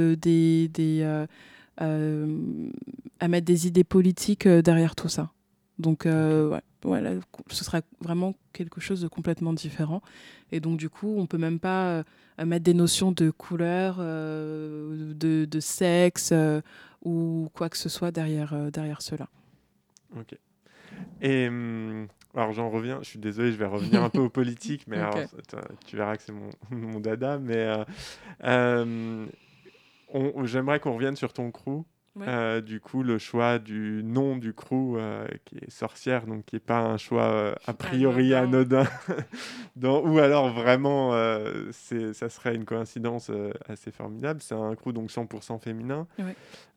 à mettre des idées politiques derrière tout ça. Donc, là, ce sera vraiment quelque chose de complètement différent. Et donc, du coup, on peut même pas mettre des notions de couleur, de sexe ou quoi que ce soit derrière cela. Ok. Et alors j'en reviens, je suis désolé, je vais revenir un peu aux politiques, mais Ok. alors, tu verras que c'est mon dada, mais euh, j'aimerais qu'on revienne sur ton crew. Ouais. Du coup, le choix du nom du crew, qui est Sorcière, donc qui n'est pas un choix a priori anodin, ou alors vraiment, ça serait une coïncidence assez formidable. C'est un crew donc 100% féminin. Ouais.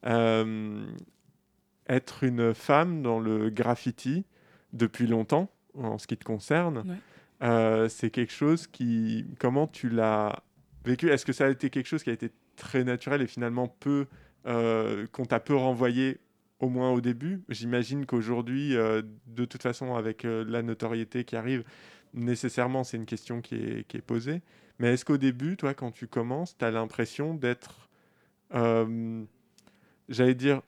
Être une femme dans le graffiti depuis longtemps, en ce qui te concerne, c'est quelque chose comment tu l'as vécu? Est-ce que ça a été quelque chose qui a été très naturel et finalement qu'on t'a peu renvoyé, au moins au début? J'imagine qu'aujourd'hui, de toute façon, avec la notoriété qui arrive, nécessairement, c'est une question qui est posée. Mais est-ce qu'au début, toi, quand tu commences, tu as l'impression d'être, j'allais dire,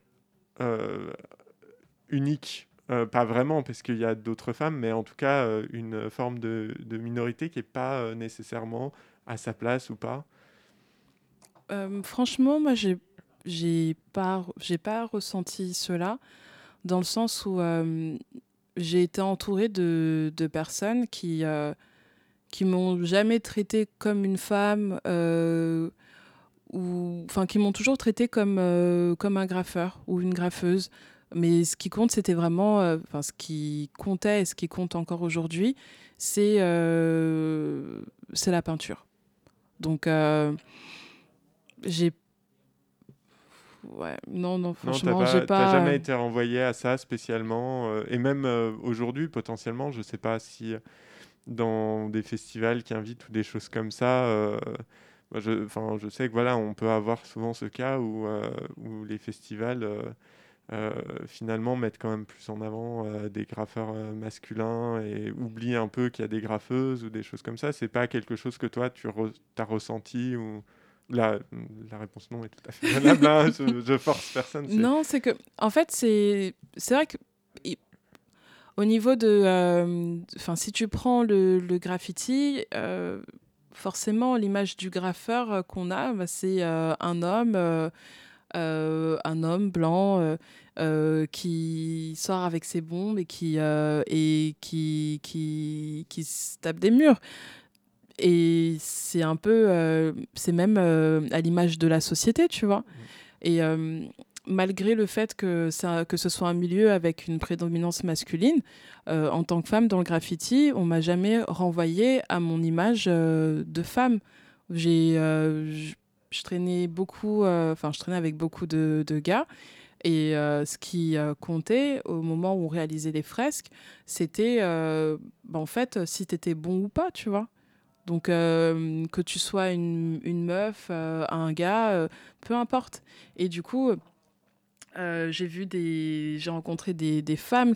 unique? Pas vraiment, parce qu'il y a d'autres femmes, mais en tout cas, une forme de minorité qui n'est pas nécessairement à sa place ou pas. Franchement, moi, j'ai pas ressenti cela, dans le sens où j'ai été entourée de personnes qui m'ont jamais traitée comme une femme, qui m'ont toujours traitée comme un graffeur ou une graffeuse. Mais ce qui compte, c'était vraiment, ce qui comptait et ce qui compte encore aujourd'hui, c'est c'est la peinture. Donc, j'ai... Ouais, non, Non, franchement, j'ai t'as pas... jamais été renvoyé à ça spécialement. Et même aujourd'hui, potentiellement, je sais pas si dans des festivals qui invitent ou des choses comme ça, moi, je sais que voilà, on peut avoir souvent ce cas où les festivals finalement mettent quand même plus en avant des graffeurs masculins et oublient un peu qu'il y a des graffeuses ou des choses comme ça. C'est pas quelque chose que toi t'as ressenti ou la réponse non est tout à fait valable, hein. Je force personne. Non, c'est que, en fait, c'est vrai que i- au niveau de, enfin, si tu prends le graffiti, forcément, l'image du graffeur qu'on a, bah, c'est un homme blanc qui sort avec ses bombes et qui se tape des murs. Et c'est un peu, c'est même à l'image de la société, tu vois. Et malgré le fait que ce soit un milieu avec une prédominance masculine, en tant que femme dans le graffiti, on m'a jamais renvoyée à mon image de femme. Je traînais beaucoup, je traînais avec beaucoup de gars. Et ce qui comptait au moment où on réalisait les fresques, c'était en fait si tu étais bon ou pas, tu vois. Donc, que tu sois une meuf, un gars, peu importe. Et du coup, j'ai rencontré des femmes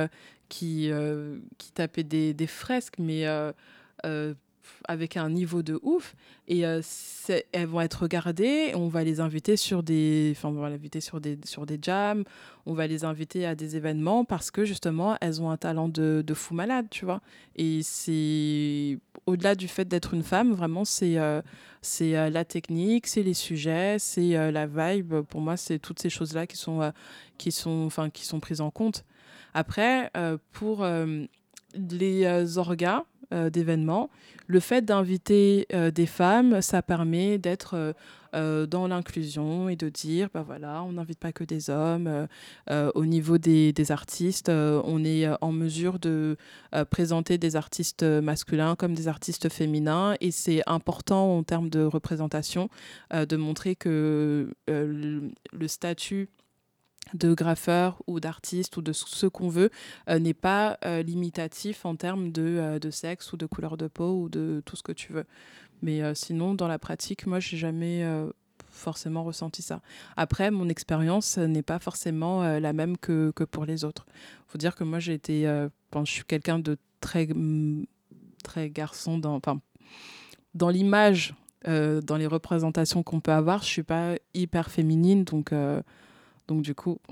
qui tapaient des fresques, mais euh, avec un niveau de ouf. Et elles vont être regardées, on va les inviter on va les inviter sur des jams, on va les inviter à des événements parce que justement, elles ont un talent de fou malade, tu vois. Et c'est au-delà du fait d'être une femme, vraiment, c'est la technique, c'est les sujets, c'est la vibe. Pour moi, c'est toutes ces choses-là qui sont prises en compte. Après, pour les orgas d'événements, le fait d'inviter des femmes, ça permet d'être dans l'inclusion et de dire, bah voilà, on n'invite pas que des hommes. Au niveau des artistes, on est en mesure de présenter des artistes masculins comme des artistes féminins. Et c'est important en termes de représentation de montrer que le statut de graffeur ou d'artiste ou de ce qu'on veut n'est pas limitatif en termes de sexe ou de couleur de peau ou de tout ce que tu veux. Mais sinon, dans la pratique, moi, j'ai jamais forcément ressenti ça. Après, mon expérience n'est pas forcément la même que pour les autres. Faut dire que moi, je suis quelqu'un de très garçon dans l'image, dans les représentations qu'on peut avoir. Je suis pas hyper féminine, donc du coup...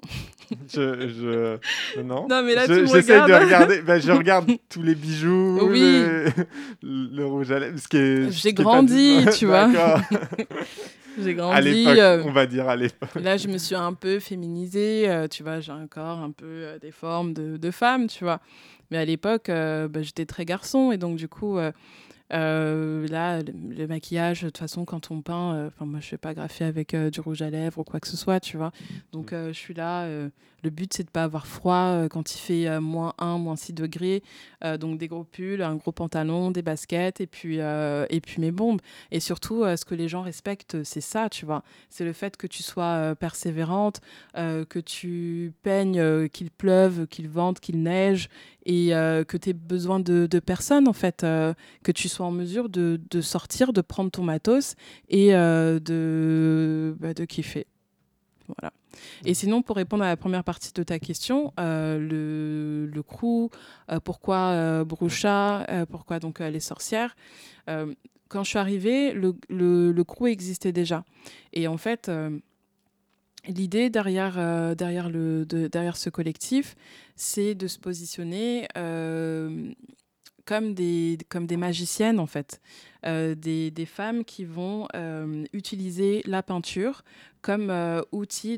Non. Non, mais là, tu me J'essaie de regardes. regarder. Je regarde tous les bijoux, Oui. le rouge à lèvres. Ce qui est, J'ai grandi, tu vois. D'accord. J'ai À grandi. l'époque, on va dire à l'époque. Là, je me suis un peu féminisée. Tu vois, j'ai un corps un peu des formes de femme, tu vois. Mais à l'époque, j'étais très garçon. Et donc, du coup, là, le maquillage, de toute façon, quand on peint, moi, je ne fais pas graffer avec du rouge à lèvres ou quoi que ce soit, tu vois. Donc, je suis là. Le but, c'est de ne pas avoir froid quand il fait -1, -6 degrés. Donc, des gros pulls, un gros pantalon, des baskets et puis mes bombes. Et surtout, ce que les gens respectent, c'est ça, tu vois. C'est le fait que tu sois persévérante, que tu peignes, qu'il pleuve, qu'il vente, qu'il neige et que tu aies besoin de personne, en fait. Que tu sois en mesure de sortir, de prendre ton matos et de kiffer. Voilà. Et sinon, pour répondre à la première partie de ta question, le crew, pourquoi Broucha, pourquoi donc les sorcières, quand je suis arrivée, le crew existait déjà. Et en fait, l'idée derrière ce collectif, c'est de se positionner comme des magiciennes, en fait. Des femmes qui vont utiliser la peinture comme outil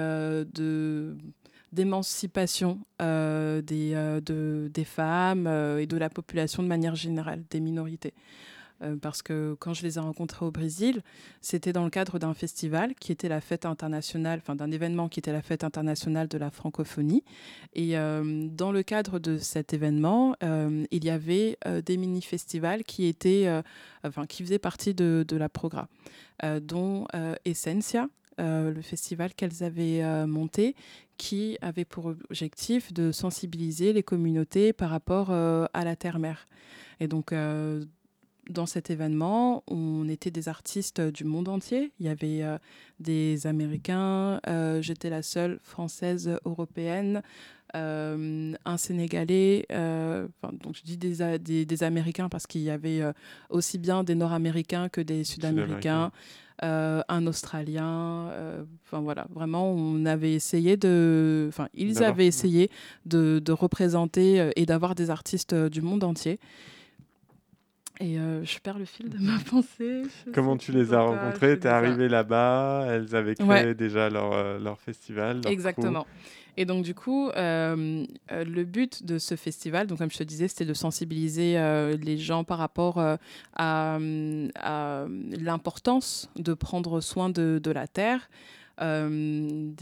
d'émancipation des femmes et de la population de manière générale, des minorités. Parce que quand je les ai rencontrés au Brésil, c'était dans le cadre d'un festival qui était la fête internationale, enfin d'un événement qui était la fête internationale de la francophonie. Et dans le cadre de cet événement, il y avait des mini-festivals qui faisaient partie de la Progra, dont Essentia, le festival qu'elles avaient monté, qui avait pour objectif de sensibiliser les communautés par rapport à la terre-mère. Et donc, dans cet événement, on était des artistes du monde entier. Il y avait des Américains, j'étais la seule Française européenne, un Sénégalais, donc je dis des Américains parce qu'il y avait aussi bien des Nord-Américains que des Sud-Américains. Un Australien, voilà, vraiment, on avait essayé ils avaient essayé de représenter et d'avoir des artistes du monde entier. Et je perds le fil de ma pensée. Comment tu les as rencontrées? T'es arrivée là-bas, elles avaient créé déjà leur festival, leur Exactement. crew. Et donc, du coup, le but de ce festival, donc, comme je te disais, c'était de sensibiliser les gens par rapport à l'importance de prendre soin de la terre, de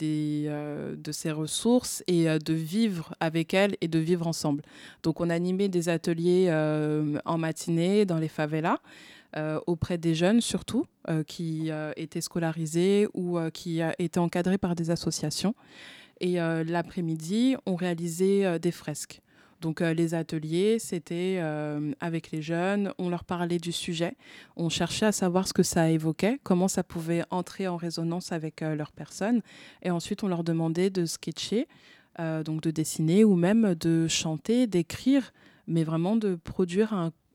ses ressources et de vivre avec elles et de vivre ensemble. Donc, on animait des ateliers en matinée dans les favelas. Auprès des jeunes surtout, qui étaient scolarisés ou qui étaient encadrés par des associations. Et l'après-midi, on réalisait des fresques. Donc les ateliers, c'était avec les jeunes, on leur parlait du sujet, on cherchait à savoir ce que ça évoquait, comment ça pouvait entrer en résonance avec leur personne. Et ensuite, on leur demandait de sketcher, donc de dessiner ou même de chanter, d'écrire, mais vraiment de produire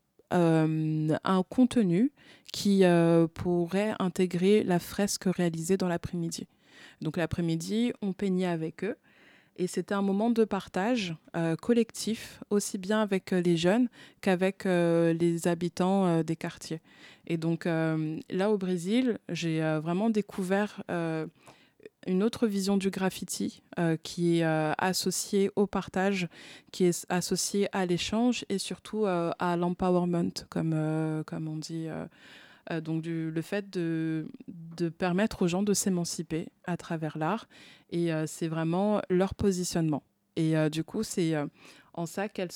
un contenu qui pourrait intégrer la fresque réalisée dans l'après-midi. Donc l'après-midi, on peignait avec eux et c'était un moment de partage collectif, aussi bien avec les jeunes qu'avec les habitants des quartiers. Et donc là, au Brésil, j'ai vraiment découvert une autre vision du graffiti qui est associée au partage, qui est associée à l'échange et surtout à l'empowerment, comme on dit. Donc le fait de permettre aux gens de s'émanciper à travers l'art. Et c'est vraiment leur positionnement. Et du coup, c'est en ça qu'elles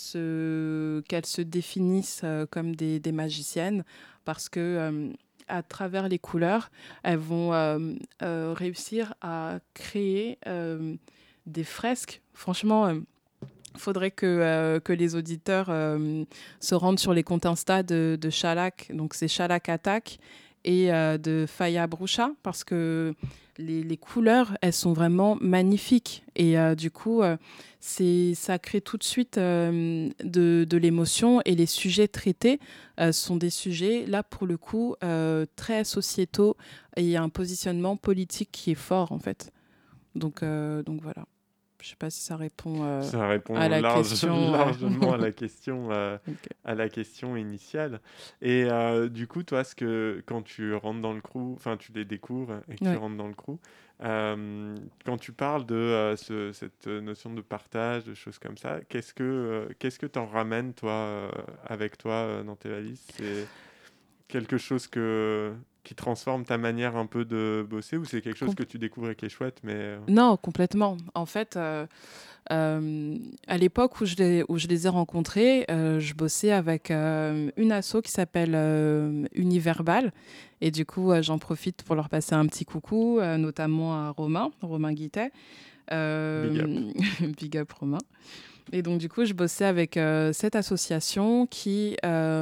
se définissent comme des magiciennes, parce que à travers les couleurs, elles vont réussir à créer des fresques. Franchement, faudrait que les auditeurs se rendent sur les comptes Insta de Chalak, donc c'est Chalak Attack, et de Faya Brucha, parce que les couleurs, elles sont vraiment magnifiques. Et du coup, ça crée tout de suite de l'émotion. Et les sujets traités sont des sujets, là, pour le coup, très sociétaux. Et il y a un positionnement politique qui est fort, en fait. Donc voilà. Je ne sais pas si ça répond à la question. Largement à la question, Okay. à la question initiale. Et du coup, toi, quand tu rentres dans le crew, enfin tu les découvres et que tu rentres dans le crew, quand tu parles de cette notion de partage, de choses comme ça, qu'est-ce que t'en ramènes, toi, avec toi dans tes valises? C'est quelque chose qui transforme ta manière un peu de bosser, ou c'est quelque chose que tu découvres et qui est chouette, mais... Non, complètement. En fait, à l'époque où je les ai rencontrés, je bossais avec une asso qui s'appelle Univerbal. Et du coup, j'en profite pour leur passer un petit coucou, notamment à Romain Guittet. Big up. Big up Romain. Et donc, du coup, je bossais avec cette association qui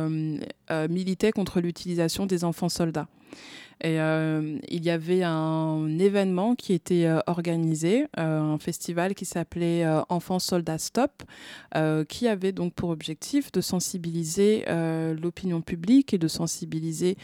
militait contre l'utilisation des enfants soldats. Et il y avait un événement qui était organisé, un festival qui s'appelait Enfants Soldats Stop, qui avait donc pour objectif de sensibiliser l'opinion publique et de sensibiliser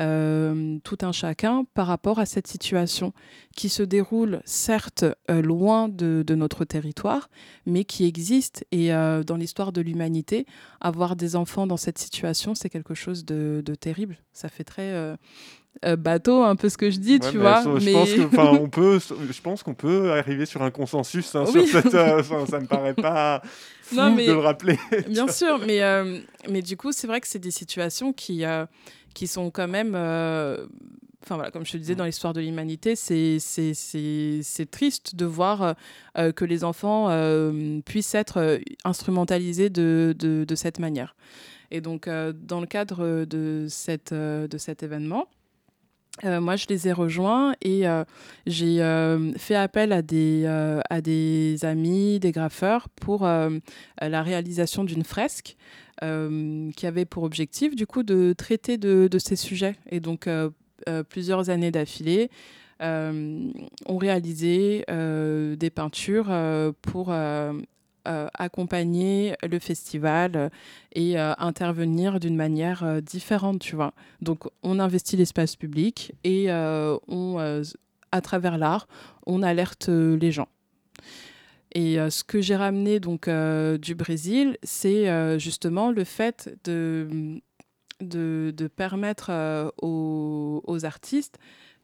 tout un chacun par rapport à cette situation qui se déroule certes loin de notre territoire, mais qui existe. Et dans l'histoire de l'humanité, avoir des enfants dans cette situation, c'est quelque chose de terrible. Ça fait très... bateau un peu ce que je dis, Ouais, tu mais vois. je pense qu'on peut arriver sur un consensus hein, Oui. sur cette. Ça me paraît pas fou Non, mais de le rappeler. bien sûr, mais du coup, c'est vrai que c'est des situations qui sont quand même. Enfin voilà, comme je te disais, dans l'histoire de l'humanité, c'est triste de voir que les enfants puissent être instrumentalisés de cette manière. Et donc, dans le cadre de cet événement, moi, je les ai rejoints et j'ai fait appel à des amis, des graffeurs pour la réalisation d'une fresque qui avait pour objectif, du coup, de traiter de ces sujets. Et donc, plusieurs années d'affilée, ont réalisé des peintures pour accompagner le festival et intervenir d'une manière différente, tu vois. Donc, on investit l'espace public et à travers l'art, on alerte les gens. Et ce que j'ai ramené donc du Brésil, c'est justement le fait de permettre aux artistes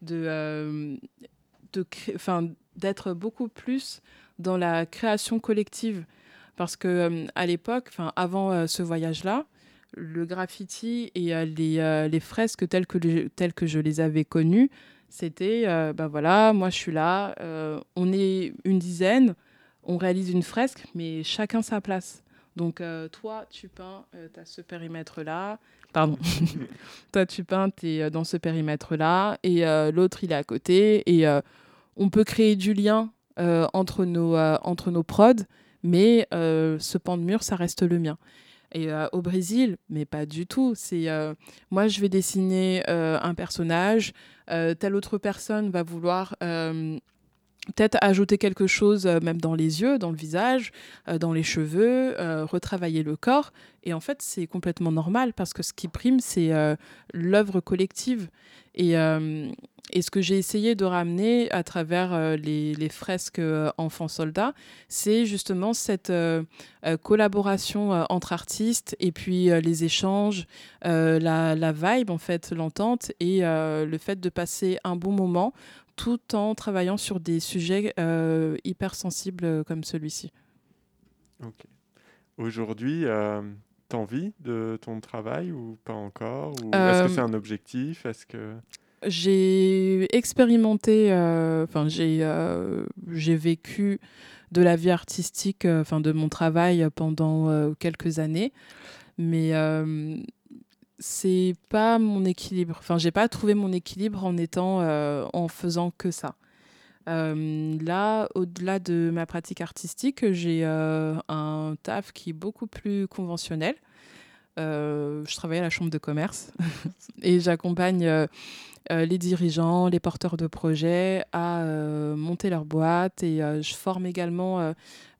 d'être beaucoup plus dans la création collective. Parce que à l'époque, avant ce voyage-là, le graffiti et les fresques telles que je les avais connues, c'était, voilà, moi je suis là, on est une dizaine, on réalise une fresque, mais chacun sa place. Donc toi, tu peins, tu as ce périmètre-là. Pardon. Toi, tu peins, tu es dans ce périmètre-là, et l'autre, il est à côté. Et on peut créer du lien entre nos prods, mais ce pan de mur, ça reste le mien. Et au Brésil, mais pas du tout. C'est moi, je vais dessiner un personnage, telle autre personne va vouloir peut-être ajouter quelque chose, même dans les yeux, dans le visage, dans les cheveux, retravailler le corps. Et en fait, c'est complètement normal parce que ce qui prime, c'est l'œuvre collective. Et ce que j'ai essayé de ramener à travers les fresques enfants soldats, c'est justement cette collaboration entre artistes et puis les échanges, la vibe, en fait, l'entente et le fait de passer un bon moment tout en travaillant sur des sujets hyper sensibles comme celui-ci. Ok. Aujourd'hui, t'as envie de ton travail ou pas encore ou est-ce que c'est un objectif? Est-ce que... J'ai expérimenté, j'ai vécu de la vie artistique, de mon travail pendant quelques années, mais c'est pas mon équilibre. Enfin, j'ai pas trouvé mon équilibre en faisant que ça. Là, au-delà de ma pratique artistique, j'ai un taf qui est beaucoup plus conventionnel. Je travaille à la chambre de commerce et j'accompagne les dirigeants, les porteurs de projets à monter leur boîte et je forme également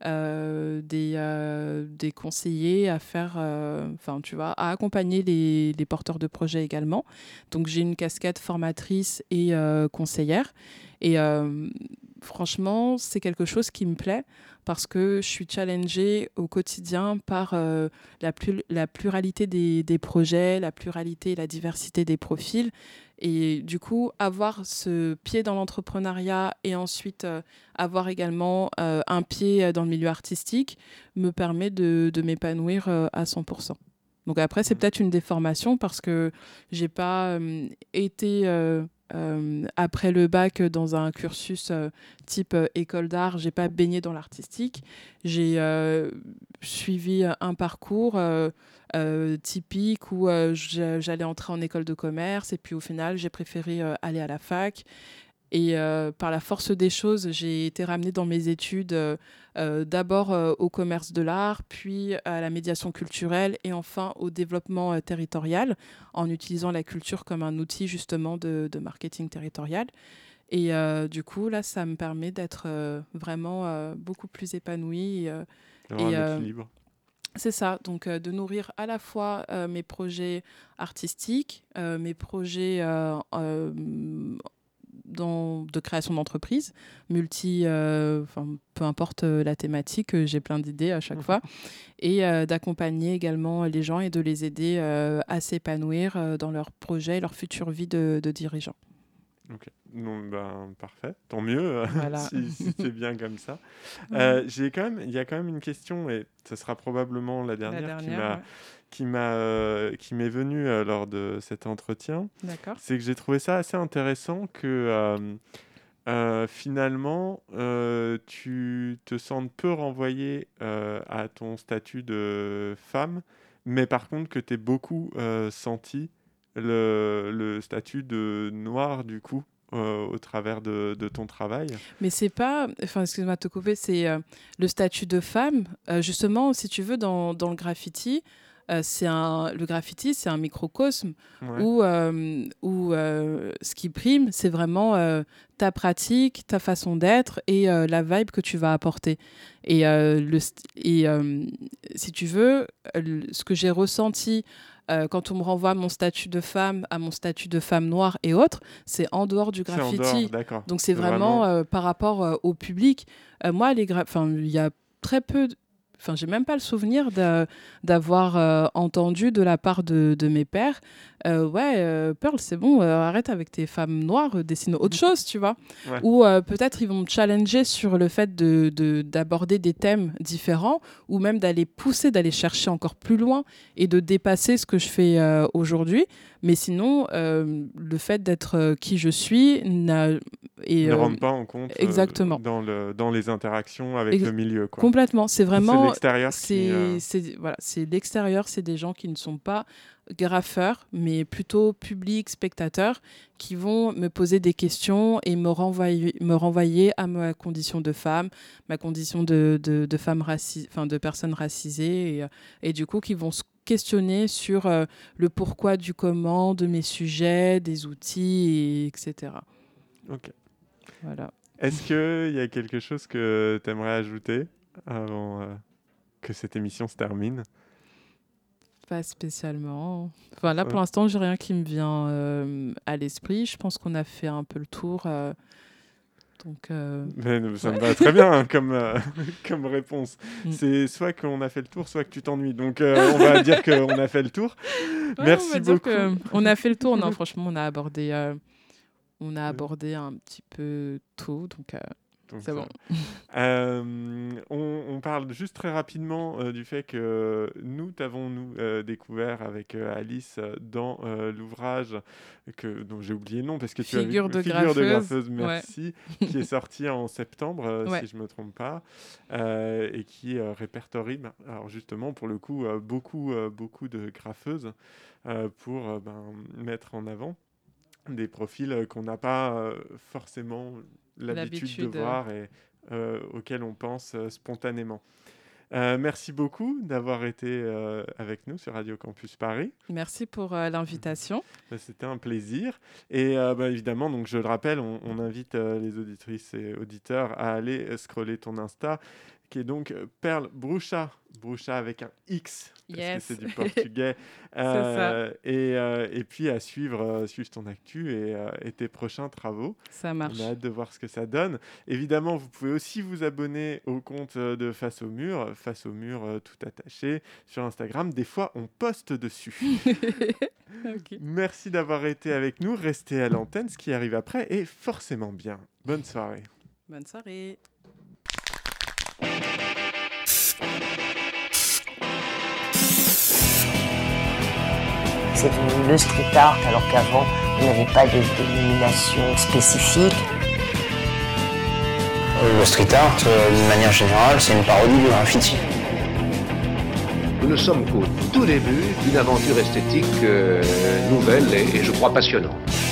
des conseillers à faire, tu vois, à accompagner les porteurs de projets également. Donc j'ai une casquette formatrice et conseillère et franchement, c'est quelque chose qui me plaît parce que je suis challengée au quotidien par la pluralité des projets, la pluralité et la diversité des profils. Et du coup, avoir ce pied dans l'entrepreneuriat et ensuite avoir également un pied dans le milieu artistique me permet de m'épanouir à 100%. Donc après, c'est peut-être une déformation parce que j'ai pas été... après le bac dans un cursus type école d'art, j'ai pas baigné dans l'artistique. J'ai suivi un parcours typique où j'allais entrer en école de commerce et puis au final j'ai préféré aller à la fac. Et par la force des choses, j'ai été ramenée dans mes études d'abord au commerce de l'art, puis à la médiation culturelle et enfin au développement territorial, en utilisant la culture comme un outil justement de marketing territorial. Et du coup, là, ça me permet d'être vraiment beaucoup plus épanouie. D'avoir un équilibre. C'est ça, donc de nourrir à la fois mes projets artistiques, mes projets de création d'entreprise, peu importe la thématique, j'ai plein d'idées à chaque fois, et d'accompagner également les gens et de les aider à s'épanouir dans leur projet, leur future vie de dirigeant. Ok, donc parfait, tant mieux Voilà. si c'est bien comme ça. Il y a quand même une question, et ce sera probablement la dernière, qui m'est venue lors de cet entretien. D'accord. C'est que j'ai trouvé ça assez intéressant que finalement tu te sentes peu renvoyé à ton statut de femme, mais par contre que tu aies beaucoup senti le statut de noir du coup au travers de ton travail. Mais c'est pas, excuse-moi de te couper, c'est le statut de femme. Justement, si tu veux, dans le graffiti, le graffiti, c'est un microcosme où ce qui prime, c'est vraiment ta pratique, ta façon d'être et la vibe que tu vas apporter. Et si tu veux, ce que j'ai ressenti quand on me renvoie mon statut de femme à mon statut de femme noire et autres, c'est en dehors du graffiti. Donc c'est vraiment par rapport au public. Moi, il y a très peu... j'ai même pas le souvenir d'avoir entendu de la part de mes pères Pearl, c'est bon, arrête avec tes femmes noires, dessine autre chose, tu vois. Ou peut-être ils vont me challenger sur le fait d'aborder des thèmes différents, ou même d'aller chercher encore plus loin et de dépasser ce que je fais aujourd'hui. Mais sinon, le fait d'être qui je suis ne rentre pas en compte exactement. Dans les interactions avec le milieu, quoi. Complètement. C'est vraiment... C'est l'extérieur c'est l'extérieur, c'est des gens qui ne sont pas graffeurs, mais plutôt publics, spectateurs, qui vont me poser des questions et me renvoyer à ma condition de femme, ma condition de femme de personne racisée, et du coup qui vont se questionner sur le pourquoi du comment de mes sujets, des outils, etc. Ok. Voilà. Est-ce qu'il y a quelque chose que tu aimerais ajouter avant que cette émission se termine ? Pas spécialement. Là, pour l'instant, j'ai rien qui me vient à l'esprit. Je pense qu'on a fait un peu le tour. Mais ça me va très bien comme réponse. C'est soit qu'on a fait le tour, soit que tu t'ennuies. Donc, on va dire qu'on a fait le tour. Merci beaucoup. On a fait le tour. Non, franchement, on a abordé un petit peu tout. Donc c'est bon. On parle juste très rapidement du fait que nous t'avons découvert avec Alice dans l'ouvrage dont j'ai oublié le nom parce que tu as vu Figure de graffeuse, merci, qui est sorti en septembre si je me trompe pas, et qui répertorie alors justement pour le coup beaucoup de graffeuses pour mettre en avant des profils qu'on n'a pas forcément l'habitude de voir et auxquels on pense spontanément. Merci beaucoup d'avoir été avec nous sur Radio Campus Paris. Merci pour l'invitation. C'était un plaisir. Et évidemment, donc, je le rappelle, on invite les auditrices et auditeurs à aller scroller ton Insta, qui est donc Pearl Brucha avec un X, parce que c'est du portugais. C'est ça. Et puis à suivre ton actu et tes prochains travaux. Ça marche. On a hâte de voir ce que ça donne. Évidemment, vous pouvez aussi vous abonner au compte de Face au Mur tout attaché sur Instagram. Des fois, on poste dessus. Okay. Merci d'avoir été avec nous. Restez à l'antenne. Ce qui arrive après est forcément bien. Bonne soirée. Bonne soirée. C'est devenu le street art alors qu'avant il n'y avait pas de dénomination spécifique. Le street art, d'une manière générale, c'est une parodie du graffiti. Nous ne sommes qu'au tout début d'une aventure esthétique nouvelle et je crois passionnante.